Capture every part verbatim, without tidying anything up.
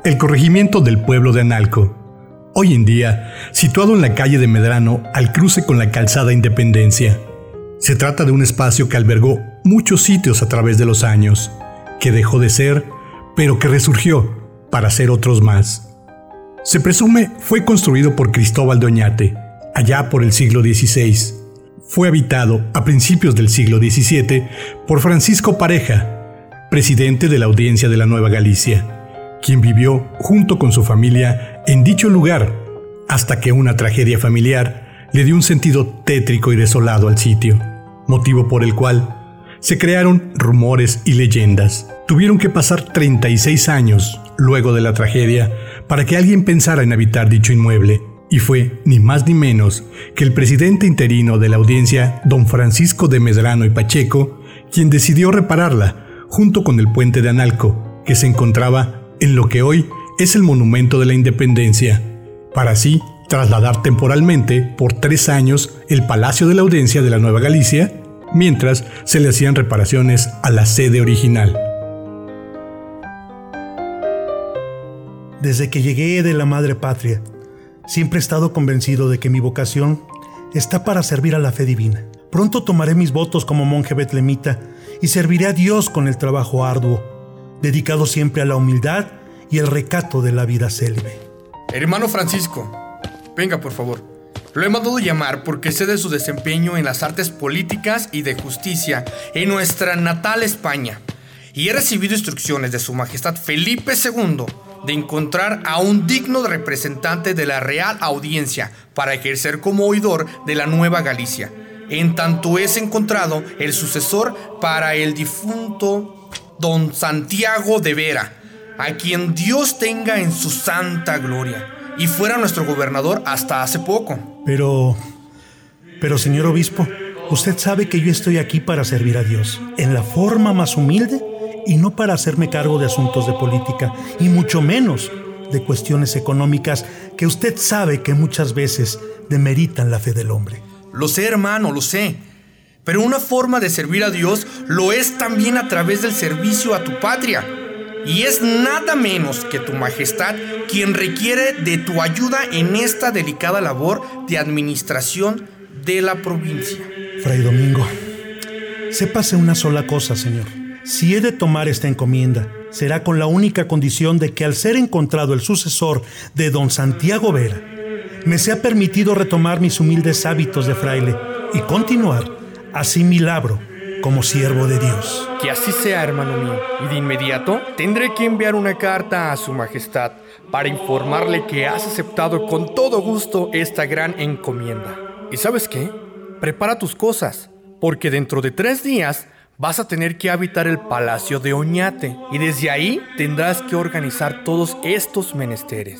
el corregimiento del pueblo de Analco, hoy en día situado en la calle de Medrano al cruce con la calzada Independencia. Se trata de un espacio que albergó muchos sitios a través de los años, que dejó de ser, pero que resurgió para ser otros más. Se presume fue construido por Cristóbal de Oñate, allá por el siglo dieciséis. Fue habitado a principios del siglo diecisiete por Francisco Pareja, presidente de la Audiencia de la Nueva Galicia, quien vivió junto con su familia en dicho lugar hasta que una tragedia familiar le dio un sentido tétrico y desolado al sitio, motivo por el cual se crearon rumores y leyendas. Tuvieron que pasar treinta y seis años luego de la tragedia para que alguien pensara en habitar dicho inmueble, y fue ni más ni menos que el presidente interino de la audiencia, don Francisco de Medrano y Pacheco, quien decidió repararla junto con el puente de Analco, que se encontraba en lo que hoy es el Monumento de la Independencia, para así trasladar temporalmente por tres años el Palacio de la Audiencia de la Nueva Galicia, mientras se le hacían reparaciones a la sede original. Desde que llegué de la madre patria, siempre he estado convencido de que mi vocación está para servir a la fe divina. Pronto tomaré mis votos como monje betlemita y serviré a Dios con el trabajo arduo, dedicado siempre a la humildad y el recato de la vida célibe. Hermano Francisco, venga por favor. Lo he mandado llamar porque sé de su desempeño en las artes políticas y de justicia en nuestra natal España, y he recibido instrucciones de su majestad Felipe segundo de encontrar a un digno representante de la Real Audiencia para ejercer como oidor de la Nueva Galicia, en tanto es encontrado el sucesor para el difunto don Santiago de Vera, a quien Dios tenga en su santa gloria, y fuera nuestro gobernador hasta hace poco. Pero, pero señor obispo, usted sabe que yo estoy aquí para servir a Dios, en la forma más humilde, y no para hacerme cargo de asuntos de política, y mucho menos de cuestiones económicas que usted sabe que muchas veces demeritan la fe del hombre. Lo sé, hermano, lo sé. Pero una forma de servir a Dios lo es también a través del servicio a tu patria. Y es nada menos que tu majestad quien requiere de tu ayuda en esta delicada labor de administración de la provincia. Fray Domingo, sépase una sola cosa, señor. Si he de tomar esta encomienda, será con la única condición de que al ser encontrado el sucesor de don Santiago Vera, me sea permitido retomar mis humildes hábitos de fraile y continuar así mi labro como siervo de Dios. Que así sea, hermano mío. Y de inmediato tendré que enviar una carta a su majestad para informarle que has aceptado con todo gusto esta gran encomienda. ¿Y sabes qué? Prepara tus cosas, porque dentro de tres días vas a tener que habitar el Palacio de Oñate y desde ahí tendrás que organizar todos estos menesteres.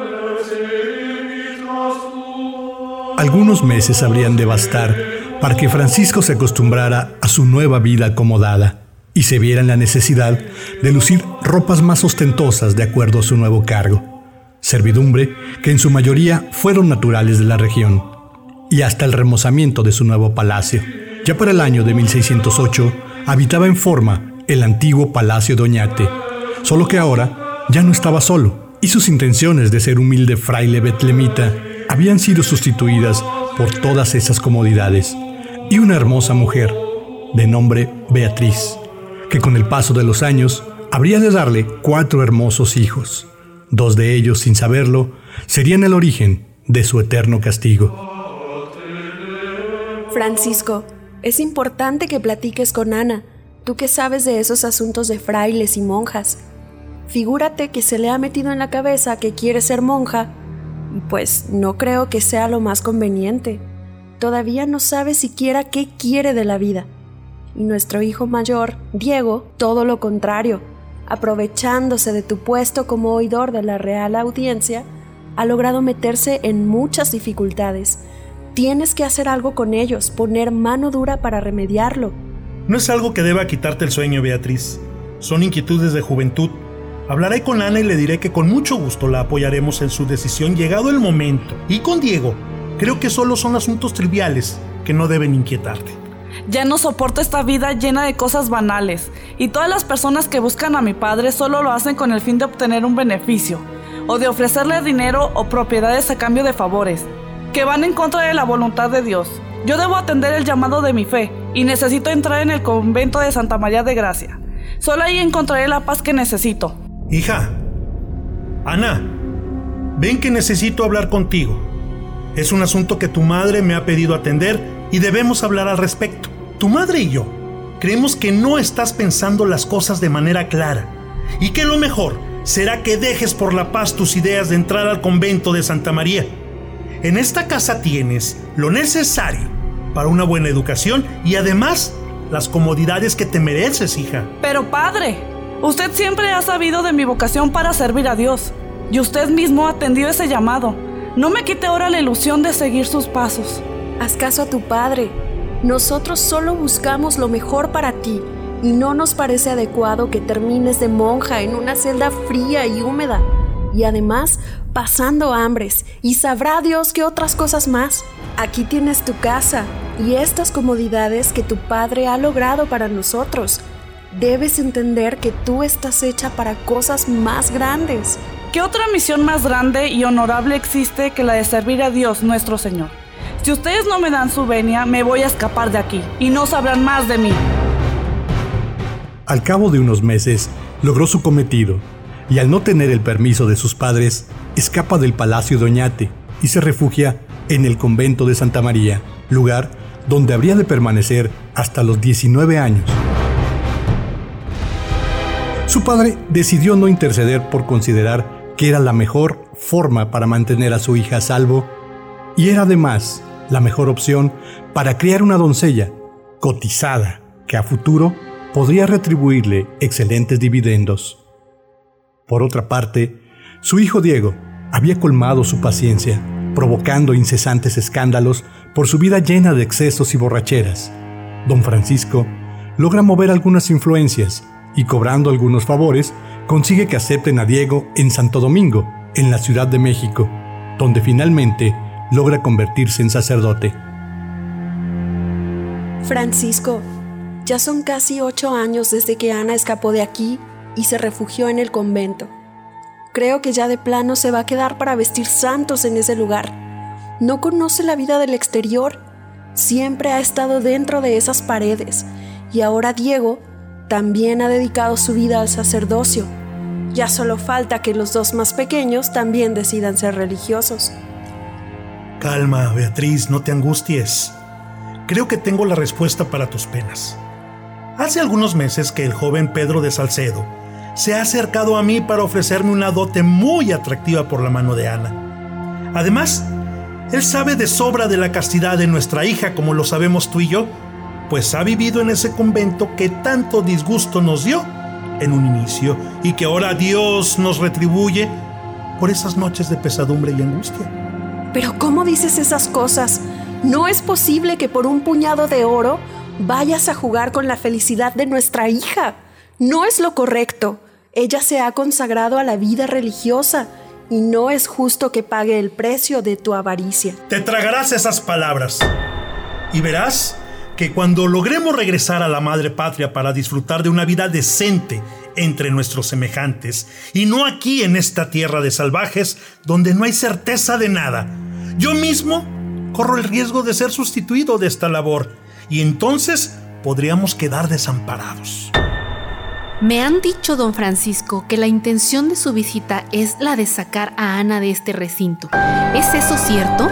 Algunos meses habrían de bastar para que Francisco se acostumbrara a su nueva vida acomodada y se viera en la necesidad de lucir ropas más ostentosas de acuerdo a su nuevo cargo, servidumbre que en su mayoría fueron naturales de la región, y hasta el remozamiento de su nuevo palacio. Ya para el año de mil seiscientos ocho habitaba en forma el antiguo Palacio de Oñate, solo que ahora ya no estaba solo, y sus intenciones de ser humilde fraile betlemita habían sido sustituidas por todas esas comodidades, y una hermosa mujer de nombre Beatriz, que con el paso de los años habría de darle cuatro hermosos hijos. Dos de ellos, sin saberlo, serían el origen de su eterno castigo. Francisco, es importante que platiques con Ana, tú que sabes de esos asuntos de frailes y monjas. Figúrate que se le ha metido en la cabeza que quiere ser monja, y pues no creo que sea lo más conveniente. Todavía no sabe siquiera qué quiere de la vida. Y nuestro hijo mayor, Diego, todo lo contrario, aprovechándose de tu puesto como oidor de la Real Audiencia, ha logrado meterse en muchas dificultades. Tienes que hacer algo con ellos, poner mano dura para remediarlo. No es algo que deba quitarte el sueño, Beatriz. Son inquietudes de juventud. Hablaré con Ana y le diré que con mucho gusto la apoyaremos en su decisión llegado el momento. Y con Diego, creo que solo son asuntos triviales que no deben inquietarte. Ya no soporto esta vida llena de cosas banales, y todas las personas que buscan a mi padre solo lo hacen con el fin de obtener un beneficio, o de ofrecerle dinero o propiedades a cambio de favores, que van en contra de la voluntad de Dios. Yo debo atender el llamado de mi fe, y necesito entrar en el convento de Santa María de Gracia. Solo ahí encontraré la paz que necesito. Hija, Ana, ven que necesito hablar contigo. Es un asunto que tu madre me ha pedido atender y debemos hablar al respecto. Tu madre y yo creemos que no estás pensando las cosas de manera clara y que lo mejor será que dejes por la paz tus ideas de entrar al convento de Santa María. En esta casa tienes lo necesario para una buena educación y además las comodidades que te mereces, hija. Pero padre, usted siempre ha sabido de mi vocación para servir a Dios y usted mismo atendió ese llamado. No me quite ahora la ilusión de seguir sus pasos. Haz caso a tu padre. Nosotros solo buscamos lo mejor para ti y no nos parece adecuado que termines de monja en una celda fría y húmeda y además pasando hambres y sabrá Dios qué otras cosas más. Aquí tienes tu casa y estas comodidades que tu padre ha logrado para nosotros. Debes entender que tú estás hecha para cosas más grandes. ¿Qué otra misión más grande y honorable existe que la de servir a Dios nuestro Señor? Si ustedes no me dan su venia, me voy a escapar de aquí y no sabrán más de mí. Al cabo de unos meses, logró su cometido y al no tener el permiso de sus padres, escapa del palacio de Oñate y se refugia en el convento de Santa María, lugar donde habría de permanecer hasta los diecinueve años. Su padre decidió no interceder por considerar que era la mejor forma para mantener a su hija a salvo y era además la mejor opción para criar una doncella cotizada que a futuro podría retribuirle excelentes dividendos. Por otra parte, su hijo Diego había colmado su paciencia, provocando incesantes escándalos por su vida llena de excesos y borracheras. Don Francisco logra mover algunas influencias y cobrando algunos favores, consigue que acepten a Diego en Santo Domingo, en la Ciudad de México, donde finalmente logra convertirse en sacerdote. Francisco, ya son casi ocho años desde que Ana escapó de aquí y se refugió en el convento. Creo que ya de plano se va a quedar para vestir santos en ese lugar. No conoce la vida del exterior, siempre ha estado dentro de esas paredes y ahora Diego también ha dedicado su vida al sacerdocio. Ya solo falta que los dos más pequeños también decidan ser religiosos. Calma, Beatriz, no te angusties. Creo que tengo la respuesta para tus penas. Hace algunos meses que el joven Pedro de Salcedo se ha acercado a mí para ofrecerme una dote muy atractiva por la mano de Ana. Además, él sabe de sobra de la castidad de nuestra hija como lo sabemos tú y yo, pues ha vivido en ese convento que tanto disgusto nos dio en un inicio y que ahora Dios nos retribuye por esas noches de pesadumbre y angustia. Pero ¿cómo dices esas cosas? No es posible que por un puñado de oro vayas a jugar con la felicidad de nuestra hija. No es lo correcto. Ella se ha consagrado a la vida religiosa y no es justo que pague el precio de tu avaricia. Te tragarás esas palabras y verás que cuando logremos regresar a la madre patria para disfrutar de una vida decente entre nuestros semejantes y no aquí en esta tierra de salvajes donde no hay certeza de nada, yo mismo corro el riesgo de ser sustituido de esta labor y entonces podríamos quedar desamparados. Me han dicho, don Francisco, que la intención de su visita es la de sacar a Ana de este recinto. ¿Es eso cierto?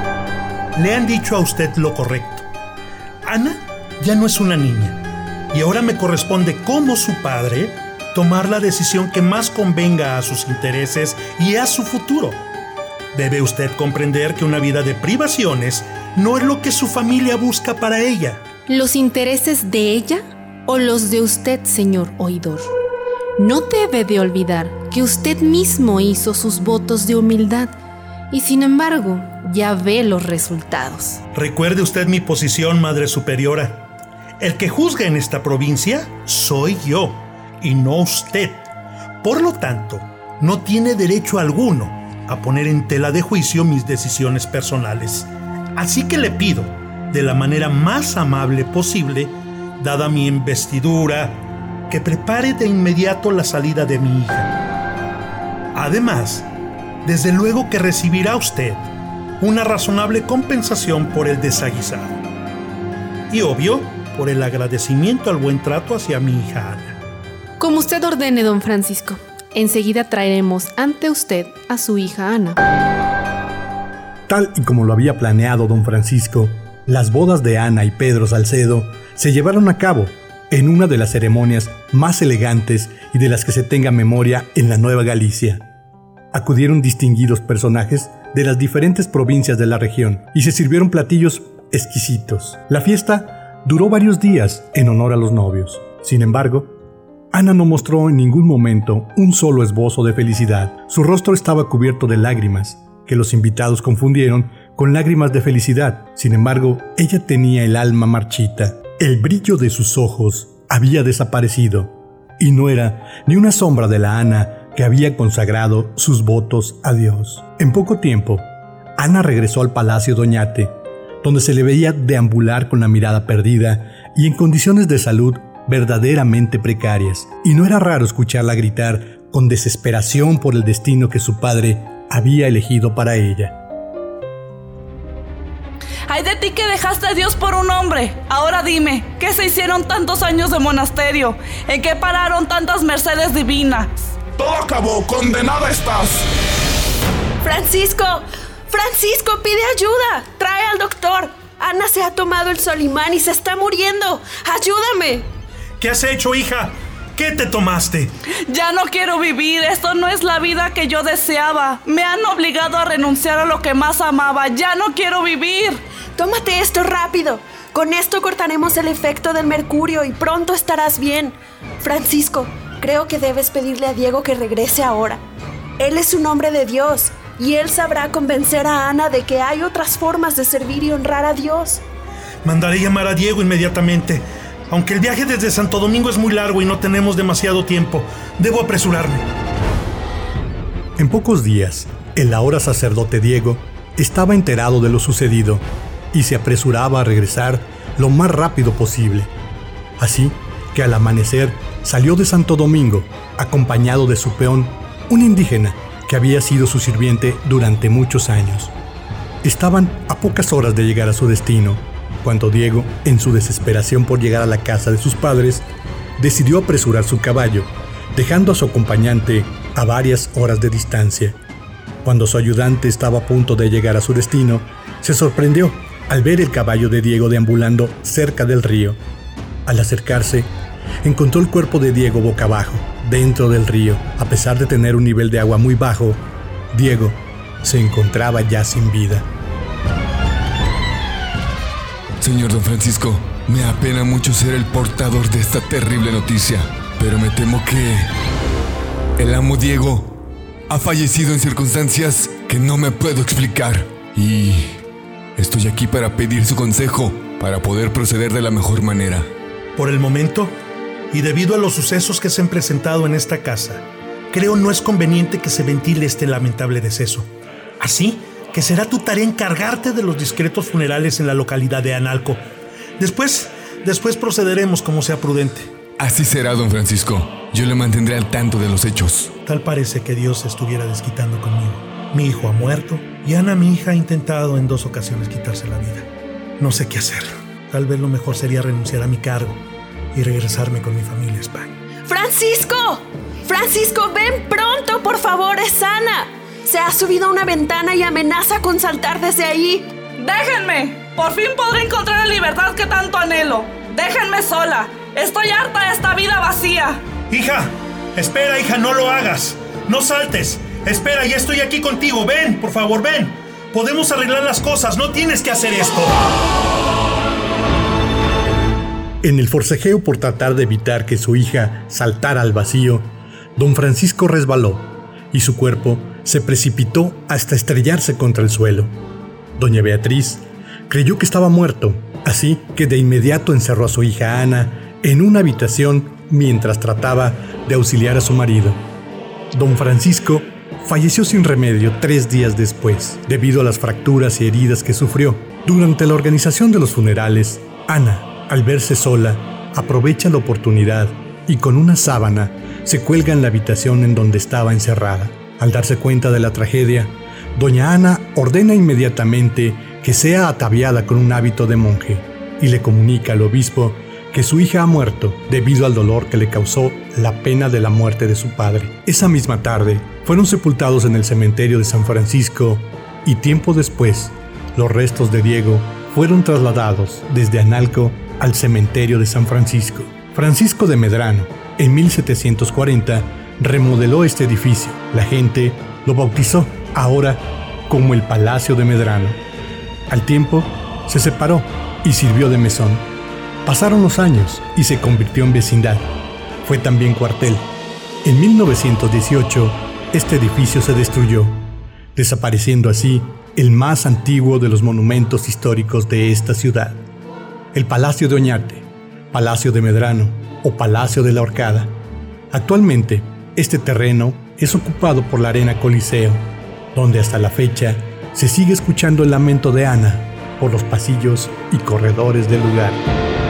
Le han dicho a usted lo correcto. Ana ya no es una niña y ahora me corresponde como su padre tomar la decisión que más convenga a sus intereses y a su futuro. Debe usted comprender que una vida de privaciones no es lo que su familia busca para ella. ¿Los intereses de ella o los de usted, señor oidor? No debe de olvidar que usted mismo hizo sus votos de humildad y sin embargo ya ve los resultados. Recuerde usted mi posición, Madre Superiora. El que juzga en esta provincia soy yo y no usted. Por lo tanto, no tiene derecho alguno a poner en tela de juicio mis decisiones personales. Así que le pido de la manera más amable posible, dada mi investidura, que prepare de inmediato la salida de mi hija. Además, desde luego que recibirá usted una razonable compensación por el desaguisado. Y obvio, por el agradecimiento al buen trato hacia mi hija Ana. Como usted ordene, don Francisco. Enseguida traeremos ante usted a su hija Ana. Tal y como lo había planeado don Francisco, las bodas de Ana y Pedro Salcedo se llevaron a cabo en una de las ceremonias más elegantes y de las que se tenga memoria en la Nueva Galicia. Acudieron distinguidos personajes de las diferentes provincias de la región y se sirvieron platillos exquisitos. La fiesta duró varios días en honor a los novios. Sin embargo, Ana no mostró en ningún momento un solo esbozo de felicidad. Su rostro estaba cubierto de lágrimas, que los invitados confundieron con lágrimas de felicidad. Sin embargo, ella tenía el alma marchita. El brillo de sus ojos había desaparecido, y no era ni una sombra de la Ana que había consagrado sus votos a Dios. En poco tiempo, Ana regresó al Palacio Doñate, donde se le veía deambular con la mirada perdida y en condiciones de salud verdaderamente precarias, y no era raro escucharla gritar con desesperación por el destino que su padre había elegido para ella. ¡Ay de ti que dejaste a Dios por un hombre! Ahora dime, ¿qué se hicieron tantos años de monasterio? ¿En qué pararon tantas mercedes divinas? ¡Todo acabó! ¡Condenada estás! ¡Francisco! ¡Francisco, pide ayuda! ¡Trae al doctor! Ana se ha tomado el Solimán y se está muriendo. ¡Ayúdame! ¿Qué has hecho, hija? ¿Qué te tomaste? Ya no quiero vivir. Esto no es la vida que yo deseaba. Me han obligado a renunciar a lo que más amaba. Ya no quiero vivir. Tómate esto rápido. Con esto cortaremos el efecto del mercurio y pronto estarás bien. Francisco, creo que debes pedirle a Diego que regrese ahora. Él es un hombre de Dios y él sabrá convencer a Ana de que hay otras formas de servir y honrar a Dios. Mandaré llamar a Diego inmediatamente. Aunque el viaje desde Santo Domingo es muy largo y no tenemos demasiado tiempo, debo apresurarme. En pocos días, el ahora sacerdote Diego estaba enterado de lo sucedido y se apresuraba a regresar lo más rápido posible. Así que al amanecer salió de Santo Domingo, acompañado de su peón, un indígena que había sido su sirviente durante muchos años. Estaban a pocas horas de llegar a su destino, cuando Diego, en su desesperación por llegar a la casa de sus padres, decidió apresurar su caballo, dejando a su acompañante a varias horas de distancia. Cuando su ayudante estaba a punto de llegar a su destino, se sorprendió al ver el caballo de Diego deambulando cerca del río. Al acercarse, encontró el cuerpo de Diego boca abajo, dentro del río. A pesar de tener un nivel de agua muy bajo, Diego se encontraba ya sin vida. Señor don Francisco, me apena mucho ser el portador de esta terrible noticia, pero me temo que el amo Diego ha fallecido en circunstancias que no me puedo explicar. Y estoy aquí para pedir su consejo para poder proceder de la mejor manera. Por el momento, y debido a los sucesos que se han presentado en esta casa, creo no es conveniente que se ventile este lamentable deceso. Así que será tu tarea encargarte de los discretos funerales en la localidad de Analco. Después, después procederemos como sea prudente. Así será, don Francisco. Yo le mantendré al tanto de los hechos. Tal parece que Dios se estuviera desquitando conmigo. Mi hijo ha muerto y Ana, mi hija, ha intentado en dos ocasiones quitarse la vida. No sé qué hacer. Tal vez lo mejor sería renunciar a mi cargo y regresarme con mi familia a España. ¡Francisco! ¡Francisco, ven pronto, por favor! ¡Es Ana! Se ha subido a una ventana y amenaza con saltar desde ahí. ¡Déjenme! Por fin podré encontrar la libertad que tanto anhelo. ¡Déjenme sola! Estoy harta de esta vida vacía. ¡Hija! Espera, hija, no lo hagas. No saltes. Espera, ya estoy aquí contigo. Ven, por favor, ven. Podemos arreglar las cosas. No tienes que hacer esto. En el forcejeo por tratar de evitar que su hija saltara al vacío, don Francisco resbaló y su cuerpo se precipitó hasta estrellarse contra el suelo. Doña Beatriz creyó que estaba muerto, así que de inmediato encerró a su hija Ana en una habitación mientras trataba de auxiliar a su marido. Don Francisco falleció sin remedio tres días después, debido a las fracturas y heridas que sufrió. Durante la organización de los funerales, Ana, al verse sola, aprovecha la oportunidad y con una sábana se cuelga en la habitación en donde estaba encerrada. Al darse cuenta de la tragedia, doña Ana ordena inmediatamente que sea ataviada con un hábito de monje y le comunica al obispo que su hija ha muerto debido al dolor que le causó la pena de la muerte de su padre. Esa misma tarde fueron sepultados en el cementerio de San Francisco y tiempo después los restos de Diego fueron trasladados desde Analco al cementerio de San Francisco. Francisco de Medrano, en mil setecientos cuarenta, remodeló este edificio. La gente lo bautizó ahora como el Palacio de Medrano. Al tiempo, se separó y sirvió de mesón. Pasaron los años y se convirtió en vecindad. Fue también cuartel. En mil novecientos dieciocho, este edificio se destruyó, desapareciendo así el más antiguo de los monumentos históricos de esta ciudad, el Palacio de Oñate, Palacio de Medrano o Palacio de la Horcada. Actualmente, este terreno es ocupado por la Arena Coliseo, donde hasta la fecha se sigue escuchando el lamento de Ana por los pasillos y corredores del lugar.